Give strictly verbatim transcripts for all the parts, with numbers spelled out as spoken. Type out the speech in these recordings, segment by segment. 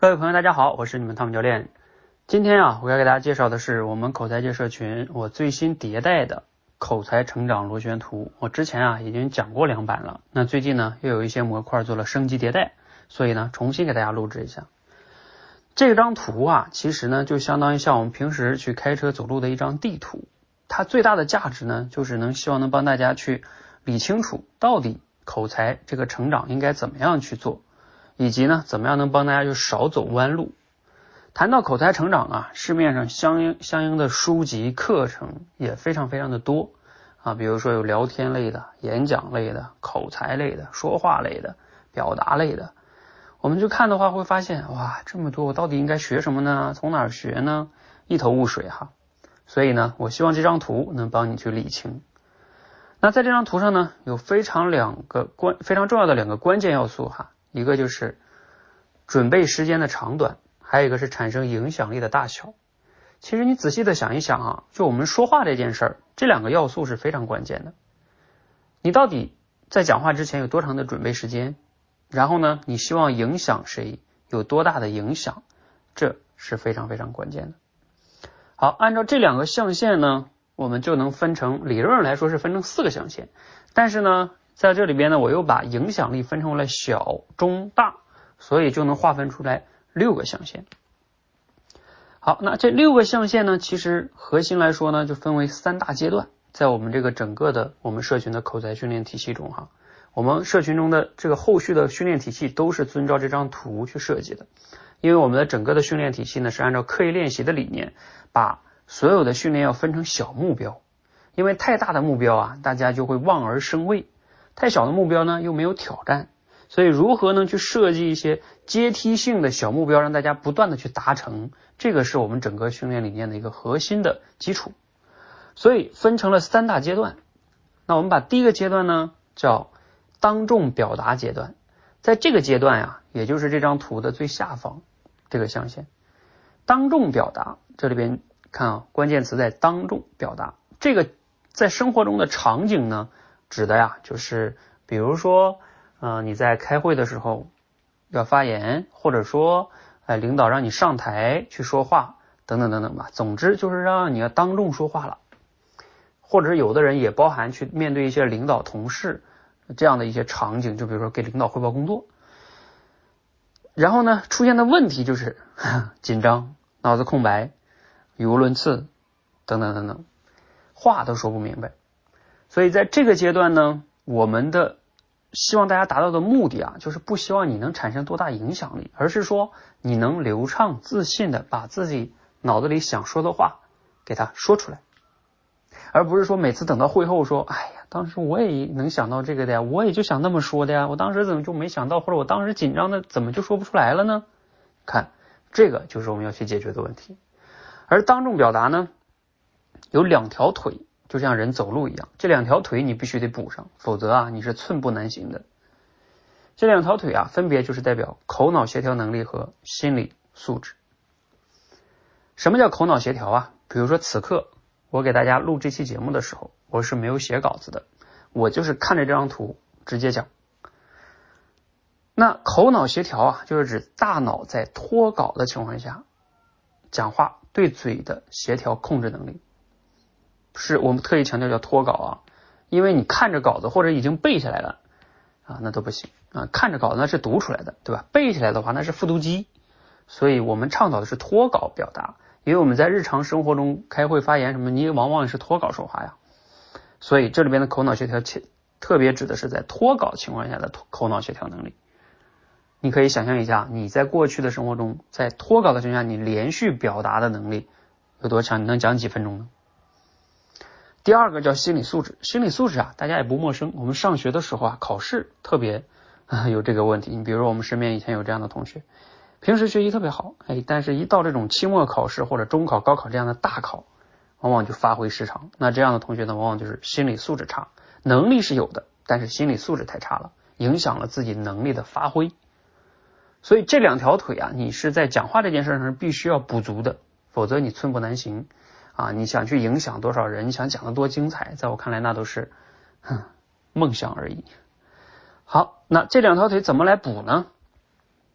各位朋友大家好，我是你们汤姆教练。今天啊，我要给大家介绍的是我们口才界社群我最新迭代的口才成长螺旋图。我之前啊已经讲过两版了，那最近呢又有一些模块做了升级迭代，所以呢重新给大家录制一下。这张图啊其实呢就相当于像我们平时去开车走路的一张地图，它最大的价值呢就是能希望能帮大家去理清楚到底口才这个成长应该怎么样去做，以及呢怎么样能帮大家就少走弯路。谈到口才成长啊，市面上相应相应的书籍课程也非常非常的多啊，比如说有聊天类的、演讲类的、口才类的、说话类的、表达类的。我们去看的话会发现，哇，这么多，我到底应该学什么呢？从哪儿学呢？一头雾水哈。所以呢，我希望这张图能帮你去理清。那在这张图上呢，有非常两个关非常重要的两个关键要素哈，一个就是准备时间的长短，还有一个是产生影响力的大小。其实你仔细的想一想啊，就我们说话这件事儿，这两个要素是非常关键的。你到底在讲话之前有多长的准备时间？然后呢，你希望影响谁，有多大的影响，这是非常非常关键的。好，按照这两个象限呢，我们就能分成，理论上来说是分成四个象限，但是呢在这里边呢我又把影响力分成了小中大，所以就能划分出来六个象限。好，那这六个象限呢其实核心来说呢就分为三大阶段，在我们这个整个的我们社群的口才训练体系中哈，我们社群中的这个后续的训练体系都是遵照这张图去设计的。因为我们的整个的训练体系呢是按照刻意练习的理念，把所有的训练要分成小目标，因为太大的目标啊大家就会望而生畏，太小的目标呢又没有挑战，所以如何能去设计一些阶梯性的小目标，让大家不断的去达成，这个是我们整个训练理念的一个核心的基础。所以分成了三大阶段。那我们把第一个阶段呢叫当众表达阶段，在这个阶段呀、啊，也就是这张图的最下方这个象限，当众表达，这里边看啊，关键词在当众表达。这个在生活中的场景呢，指的呀就是比如说呃你在开会的时候要发言，或者说呃领导让你上台去说话等等等等吧，总之就是让你要当众说话了。或者有的人也包含去面对一些领导同事这样的一些场景，就比如说给领导汇报工作，然后呢出现的问题就是紧张、脑子空白、语无伦次等等等等，话都说不明白。所以在这个阶段呢，我们的希望大家达到的目的啊，就是不希望你能产生多大影响力，而是说你能流畅自信的把自己脑子里想说的话给它说出来，而不是说每次等到会后说，哎呀当时我也能想到这个的呀，我也就想那么说的呀，我当时怎么就没想到，或者我当时紧张的怎么就说不出来了呢？看，这个就是我们要去解决的问题。而当众表达呢，有两条腿，就像人走路一样，这两条腿你必须得补上，否则啊你是寸步难行的。这两条腿啊分别就是代表口脑协调能力和心理素质。什么叫口脑协调啊？比如说此刻我给大家录这期节目的时候，我是没有写稿子的，我就是看着这张图直接讲。那口脑协调啊，就是指大脑在脱稿的情况下讲话对嘴的协调控制能力，是我们特意强调叫脱稿啊，因为你看着稿子或者已经背下来了啊，那都不行啊，看着稿子那是读出来的，对吧？背下来的话那是复读机，所以我们倡导的是脱稿表达。因为我们在日常生活中开会发言什么，你往往是脱稿说话呀，所以这里边的口脑协调特别指的是在脱稿情况下的口脑协调能力。你可以想象一下，你在过去的生活中，在脱稿的情况下，你连续表达的能力有多强？你能讲几分钟呢？第二个叫心理素质。心理素质啊，大家也不陌生，我们上学的时候啊，考试特别、呃、有这个问题。你比如说我们身边以前有这样的同学，平时学习特别好，哎，但是一到这种期末考试或者中考、高考这样的大考，往往就发挥失常。那这样的同学呢，往往就是心理素质差，能力是有的，但是心理素质太差了，影响了自己能力的发挥。所以这两条腿啊，你是在讲话这件事上必须要补足的，否则你寸步难行啊！你想去影响多少人，你想讲得多精彩，在我看来那都是哼梦想而已。好，那这两条腿怎么来补呢？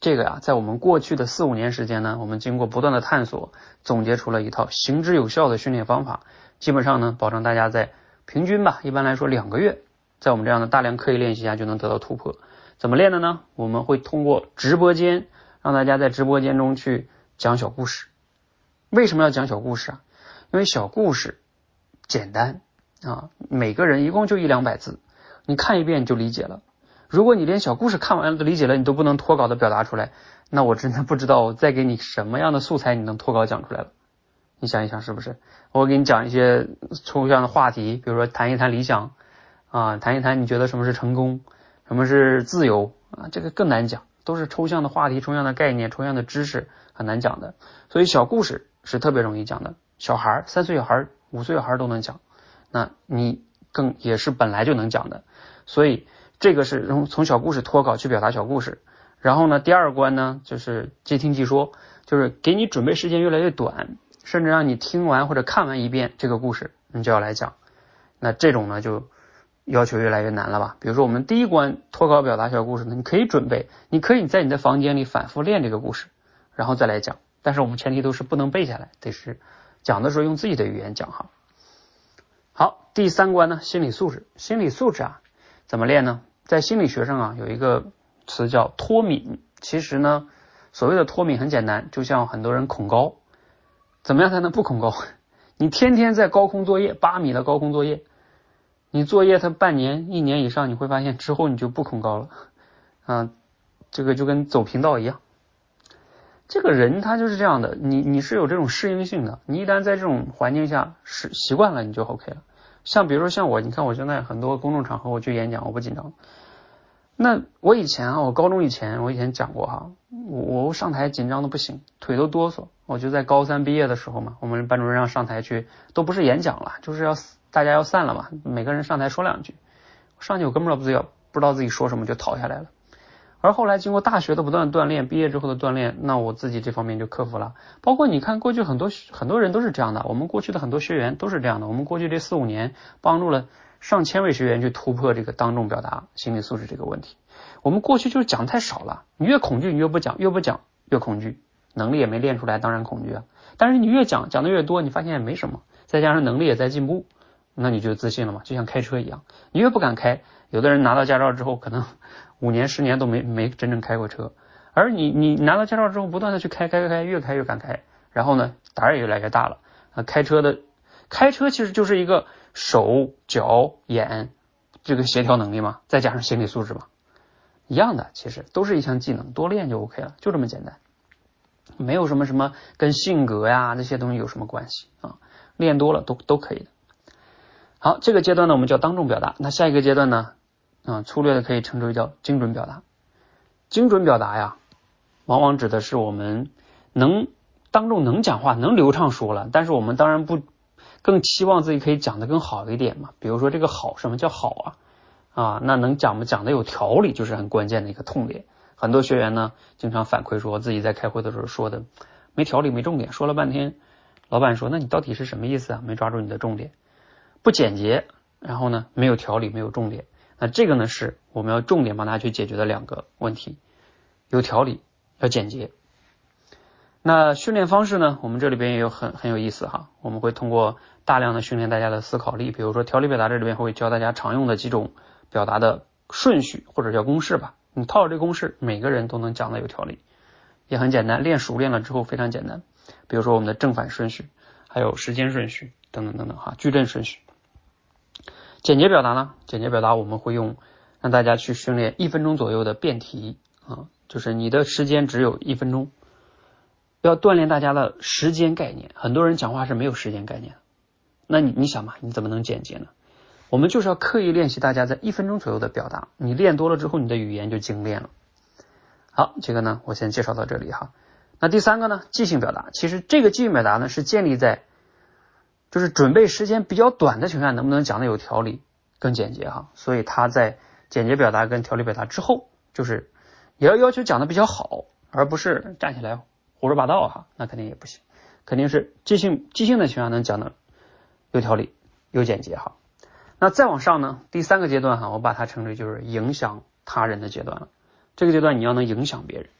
这个呀，在我们过去的四五年时间呢，我们经过不断的探索，总结出了一套行之有效的训练方法，基本上呢，保证大家在平均吧，一般来说两个月，在我们这样的大量刻意练习下就能得到突破。怎么练的呢？我们会通过直播间，让大家在直播间中去讲小故事。为什么要讲小故事啊？因为小故事简单啊，每个人一共就一两百字，你看一遍你就理解了。如果你连小故事看完了理解了，你都不能脱稿的表达出来，那我真的不知道我再给你什么样的素材你能脱稿讲出来了。你想一想是不是？我给你讲一些抽象的话题，比如说谈一谈理想啊，谈一谈你觉得什么是成功，什么是自由啊，这个更难讲，都是抽象的话题、抽象的概念、抽象的知识，很难讲的。所以小故事是特别容易讲的，小孩三岁小孩五岁小孩都能讲，那你更也是本来就能讲的。所以这个是从小故事脱稿去表达小故事。然后呢，第二关呢就是即听即说，就是给你准备时间越来越短，甚至让你听完或者看完一遍这个故事你就要来讲。那这种呢就要求越来越难了吧。比如说我们第一关脱稿表达小故事呢，你可以准备，你可以在你的房间里反复练这个故事然后再来讲，但是我们前提都是不能背下来，得是讲的时候用自己的语言讲哈。好，第三关呢，心理素质。心理素质啊怎么练呢？在心理学上啊有一个词叫脱敏。其实呢所谓的脱敏很简单，就像很多人恐高，怎么样才能不恐高？你天天在高空作业，八米的高空作业，你作业它半年一年以上，你会发现之后你就不恐高了啊，这个就跟走频道一样。这个人他就是这样的，你你是有这种适应性的，你一旦在这种环境下是习惯了，你就 OK 了。像比如说像我，你看我现在很多公众场合我去演讲，我不紧张。那我以前啊，我高中以前我以前讲过哈，我我上台紧张的不行，腿都哆嗦。我就在高三毕业的时候嘛，我们班主任让上台去，都不是演讲了，就是要大家要散了嘛，每个人上台说两句。上去我根本不知道不知道自己说什么就逃下来了。而后来经过大学的不断锻炼，毕业之后的锻炼，那我自己这方面就克服了。包括你看过去很多很多人都是这样的，我们过去的很多学员都是这样的，我们过去这四五年帮助了上千位学员去突破这个当众表达心理素质这个问题。我们过去就是讲太少了，你越恐惧你越不讲，越不讲越恐惧，能力也没练出来，当然恐惧啊。但是你越讲讲的越多，你发现也没什么，再加上能力也在进步，那你就自信了嘛，就像开车一样，你越不敢开，有的人拿到驾照之后可能五年十年都没没真正开过车，而你你拿到驾照之后不断的去开开开，越开越敢开，然后呢胆儿也越来越大了啊。开车的开车其实就是一个手脚眼这个协调能力嘛，再加上心理素质嘛，一样的，其实都是一项技能，多练就 OK 了，就这么简单，没有什么什么跟性格呀这些东西有什么关系啊，练多了都都可以的。好，这个阶段呢我们叫当众表达，那下一个阶段呢啊，粗略的可以称之为叫精准表达。精准表达呀往往指的是我们能当众能讲话能流畅说了，但是我们当然不更期望自己可以讲得更好一点嘛。比如说这个好，什么叫好啊啊，那能讲不讲得有条理就是很关键的一个痛点。很多学员呢经常反馈说自己在开会的时候说的没条理没重点，说了半天老板说那你到底是什么意思啊，没抓住你的重点，不简洁，然后呢没有条理没有重点。那这个呢是我们要重点帮大家去解决的两个问题，有条理要简洁。那训练方式呢我们这里边也有很很有意思哈，我们会通过大量的训练大家的思考力，比如说条理表达这里边会教大家常用的几种表达的顺序或者叫公式吧，你套着这公式每个人都能讲的有条理，也很简单，练熟练了之后非常简单。比如说我们的正反顺序还有时间顺序等等等等哈，矩阵顺序。简洁表达呢，简洁表达我们会用让大家去训练一分钟左右的辩题啊，就是你的时间只有一分钟，要锻炼大家的时间概念。很多人讲话是没有时间概念的，那你你想嘛，你怎么能简洁呢？我们就是要刻意练习大家在一分钟左右的表达，你练多了之后你的语言就精炼了。好，这个呢我先介绍到这里哈。那第三个呢，即兴表达。其实这个即兴表达呢是建立在就是准备时间比较短的情况下能不能讲的有条理更简洁哈，所以他在简洁表达跟条理表达之后，就是也要要求讲的比较好，而不是站起来胡说八道哈，那肯定也不行，肯定是即兴即兴的情况下能讲的有条理有简洁哈。那再往上呢，第三个阶段哈，我把它称之为就是影响他人的阶段了。这个阶段你要能影响别人，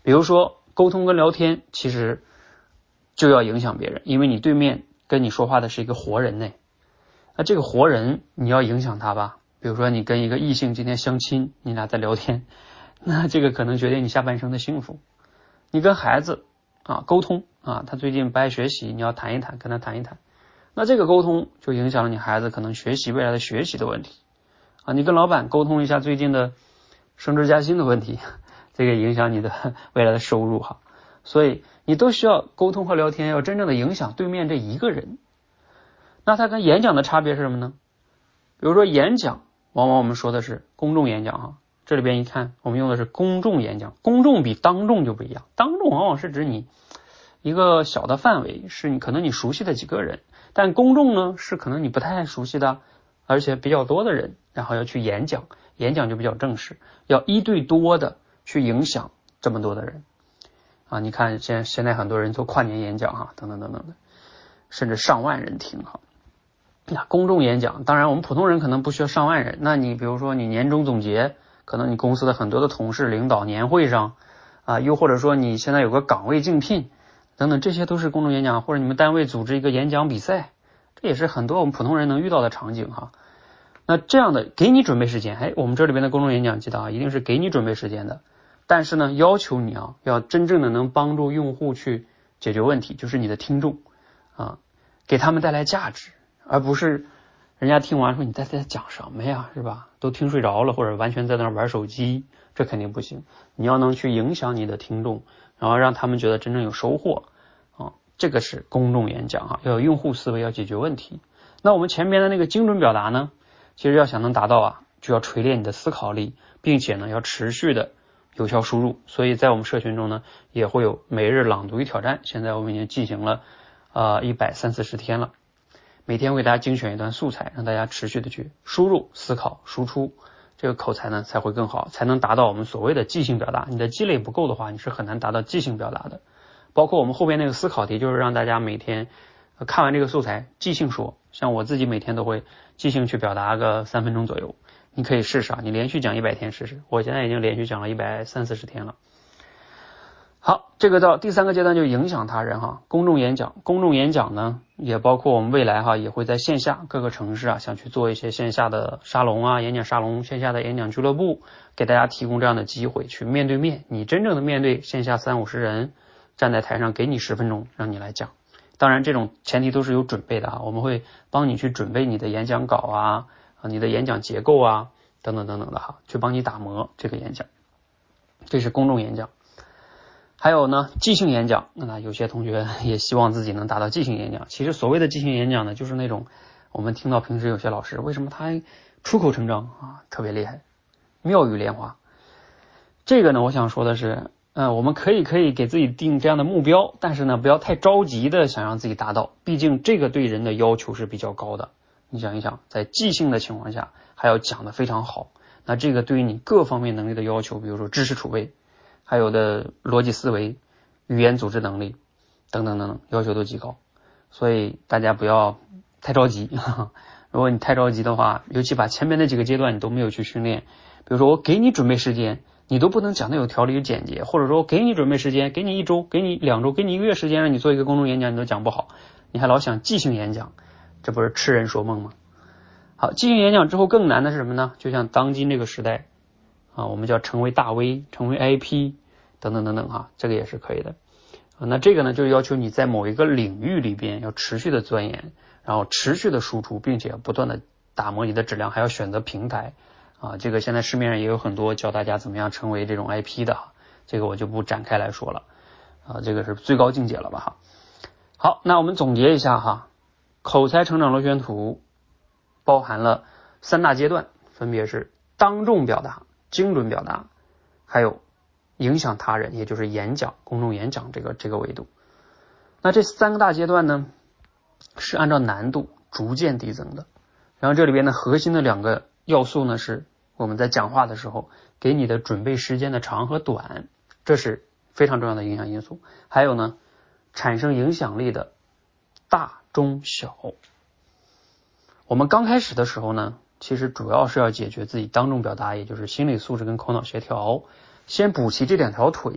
比如说沟通跟聊天，其实就要影响别人，因为你对面跟你说话的是一个活人呢。那这个活人你要影响他吧，比如说你跟一个异性今天相亲，你俩在聊天，那这个可能决定你下半生的幸福。你跟孩子啊沟通啊，他最近不爱学习，你要谈一谈，跟他谈一谈，那这个沟通就影响了你孩子可能学习未来的学习的问题啊。你跟老板沟通一下最近的升职加薪的问题，这个影响你的未来的收入哈。所以你都需要沟通和聊天，要真正的影响对面这一个人。那它跟演讲的差别是什么呢？比如说演讲，往往我们说的是公众演讲哈，这里边一看，我们用的是公众演讲。公众比当众就不一样，当众往往是指你一个小的范围，是你可能你熟悉的几个人，但公众呢是可能你不太熟悉的，而且比较多的人，然后要去演讲，演讲就比较正式，要一对多的去影响这么多的人啊。你看现现在很多人做跨年演讲哈，等等等等的，甚至上万人听哈。那公众演讲，当然我们普通人可能不需要上万人，那你比如说你年终总结，可能你公司的很多的同事领导年会上啊，又或者说你现在有个岗位竞聘等等，这些都是公众演讲，或者你们单位组织一个演讲比赛，这也是很多我们普通人能遇到的场景哈。那这样的给你准备时间，哎，我们这里边的公众演讲记得啊，一定是给你准备时间的，但是呢要求你啊要真正的能帮助用户去解决问题，就是你的听众啊，给他们带来价值，而不是人家听完说你在在讲什么呀，是吧？都听睡着了，或者完全在那玩手机，这肯定不行。你要能去影响你的听众，然后让他们觉得真正有收获啊，这个是公众演讲啊，要有用户思维，要解决问题。那我们前边的那个精准表达呢，其实要想能达到啊，就要锤炼你的思考力，并且呢要持续的有效输入。所以在我们社群中呢，也会有每日朗读与挑战，现在我们已经进行了呃一百三四十天了。每天为大家精选一段素材，让大家持续的去输入、思考、输出，这个口才呢才会更好，才能达到我们所谓的即兴表达。你的积累不够的话，你是很难达到即兴表达的。包括我们后边那个思考题，就是让大家每天看完这个素材即兴说，像我自己每天都会即兴去表达个三分钟左右，你可以试试啊，你连续讲一百天试试。我现在已经连续讲了一百三四十天了。好，这个到第三个阶段就影响他人哈，公众演讲。公众演讲呢，也包括我们未来哈，也会在线下各个城市啊，想去做一些线下的沙龙啊、演讲沙龙、线下的演讲俱乐部，给大家提供这样的机会，去面对面，你真正的面对线下三五十人，站在台上给你十分钟让你来讲。当然这种前提都是有准备的啊，我们会帮你去准备你的演讲稿啊、你的演讲结构啊等等等等的哈，去帮你打磨这个演讲。这是公众演讲。还有呢，即兴演讲，那有些同学也希望自己能达到即兴演讲。其实所谓的即兴演讲呢，就是那种我们听到平时有些老师为什么他出口成章啊，特别厉害，妙语连华。这个呢，我想说的是，呃，我们可以可以给自己定这样的目标，但是呢，不要太着急的想让自己达到，毕竟这个对人的要求是比较高的。你想一想，在即兴的情况下，还要讲得非常好，那这个对于你各方面能力的要求，比如说知识储备，还有的逻辑思维、语言组织能力等等等等，要求都极高，所以大家不要太着急。如果你太着急的话，尤其把前面那几个阶段你都没有去训练，比如说我给你准备时间，你都不能讲的有条理有简洁，或者说我给你准备时间，给你一周，给你两周，给你一个月时间让你做一个公众演讲，你都讲不好，你还老想即兴演讲，这不是痴人说梦吗？好，即兴演讲之后更难的是什么呢？就像当今这个时代啊，我们叫成为大 V， 成为 I P 等等等等哈，这个也是可以的。啊、那这个呢，就要求你在某一个领域里边要持续的钻研，然后持续的输出，并且不断的打磨你的质量，还要选择平台啊。这个现在市面上也有很多教大家怎么样成为这种 I P 的，这个我就不展开来说了啊，这个是最高境界了吧哈。好，那我们总结一下哈，口才成长螺旋图包含了三大阶段，分别是当众表达、精准表达，还有影响他人，也就是演讲、公众演讲这个这个维度。那这三个大阶段呢，是按照难度逐渐递增的。然后这里边的核心的两个要素呢，是我们在讲话的时候给你的准备时间的长和短，这是非常重要的影响因素。还有呢，产生影响力的大、中、小。我们刚开始的时候呢，其实主要是要解决自己当众表达，也就是心理素质跟口脑协调，先补齐这两条腿，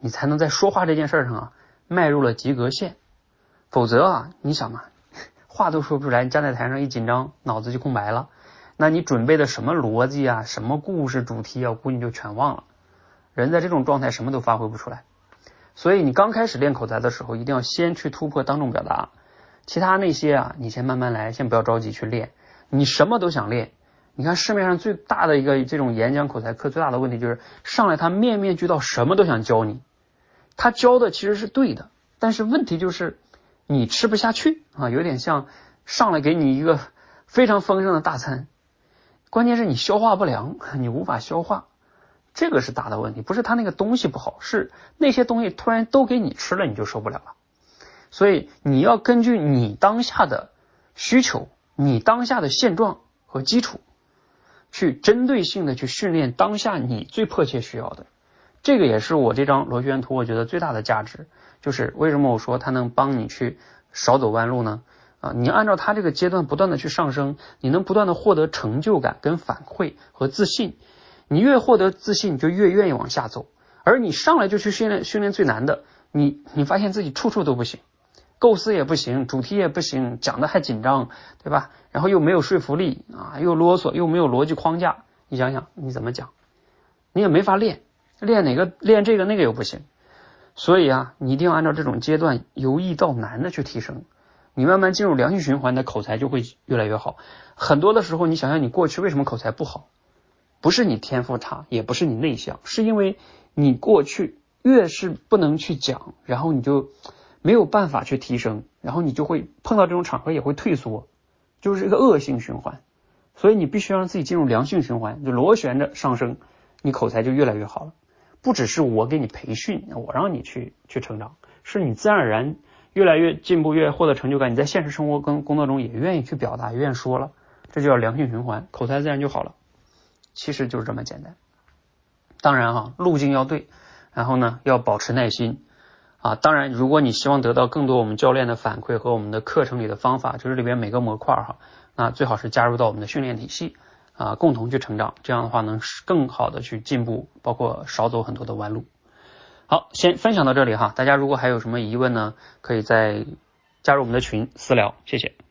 你才能在说话这件事上啊迈入了及格线。否则啊，你想嘛，话都说不出来，你站在台上一紧张，脑子就空白了。那你准备的什么逻辑啊，什么故事主题啊，我估计你就全忘了。人在这种状态什么都发挥不出来。所以你刚开始练口才的时候，一定要先去突破当众表达，其他那些啊，你先慢慢来，先不要着急去练。你什么都想练，你看市面上最大的一个这种演讲口才课最大的问题就是上来他面面俱到，什么都想教你，他教的其实是对的，但是问题就是你吃不下去啊，有点像上来给你一个非常丰盛的大餐，关键是你消化不良，你无法消化，这个是大的问题，不是他那个东西不好，是那些东西突然都给你吃了，你就受不了了。所以你要根据你当下的需求，你当下的现状和基础，去针对性的去训练当下你最迫切需要的。这个也是我这张螺旋图我觉得最大的价值，就是为什么我说它能帮你去少走弯路呢？啊，你按照它这个阶段不断的去上升，你能不断的获得成就感跟反馈和自信，你越获得自信，你就越愿意往下走。而你上来就去训练训练最难的，你你发现自己处处都不行，构思也不行，主题也不行，讲的还紧张，对吧？然后又没有说服力啊，又啰嗦，又没有逻辑框架，你想想你怎么讲？你也没法练，练哪个练这个那个又不行。所以啊，你一定要按照这种阶段由易到难的去提升，你慢慢进入良性循环的口才就会越来越好。很多的时候你想想你过去为什么口才不好，不是你天赋差，也不是你内向，是因为你过去越是不能去讲，然后你就没有办法去提升，然后你就会碰到这种场合也会退缩，就是一个恶性循环。所以你必须让自己进入良性循环，就螺旋着上升，你口才就越来越好了。不只是我给你培训，我让你去去成长，是你自然而然越来越进步，越获得成就感，你在现实生活跟工作中也愿意去表达，也愿意说了，这就叫良性循环，口才自然就好了。其实就是这么简单。当然哈，路径要对，然后呢要保持耐心啊。当然如果你希望得到更多我们教练的反馈和我们的课程里的方法，就是里边每个模块哈，那最好是加入到我们的训练体系啊，共同去成长，这样的话能更好的去进步，包括少走很多的弯路。好，先分享到这里哈，大家如果还有什么疑问呢，可以再加入我们的群私聊，谢谢。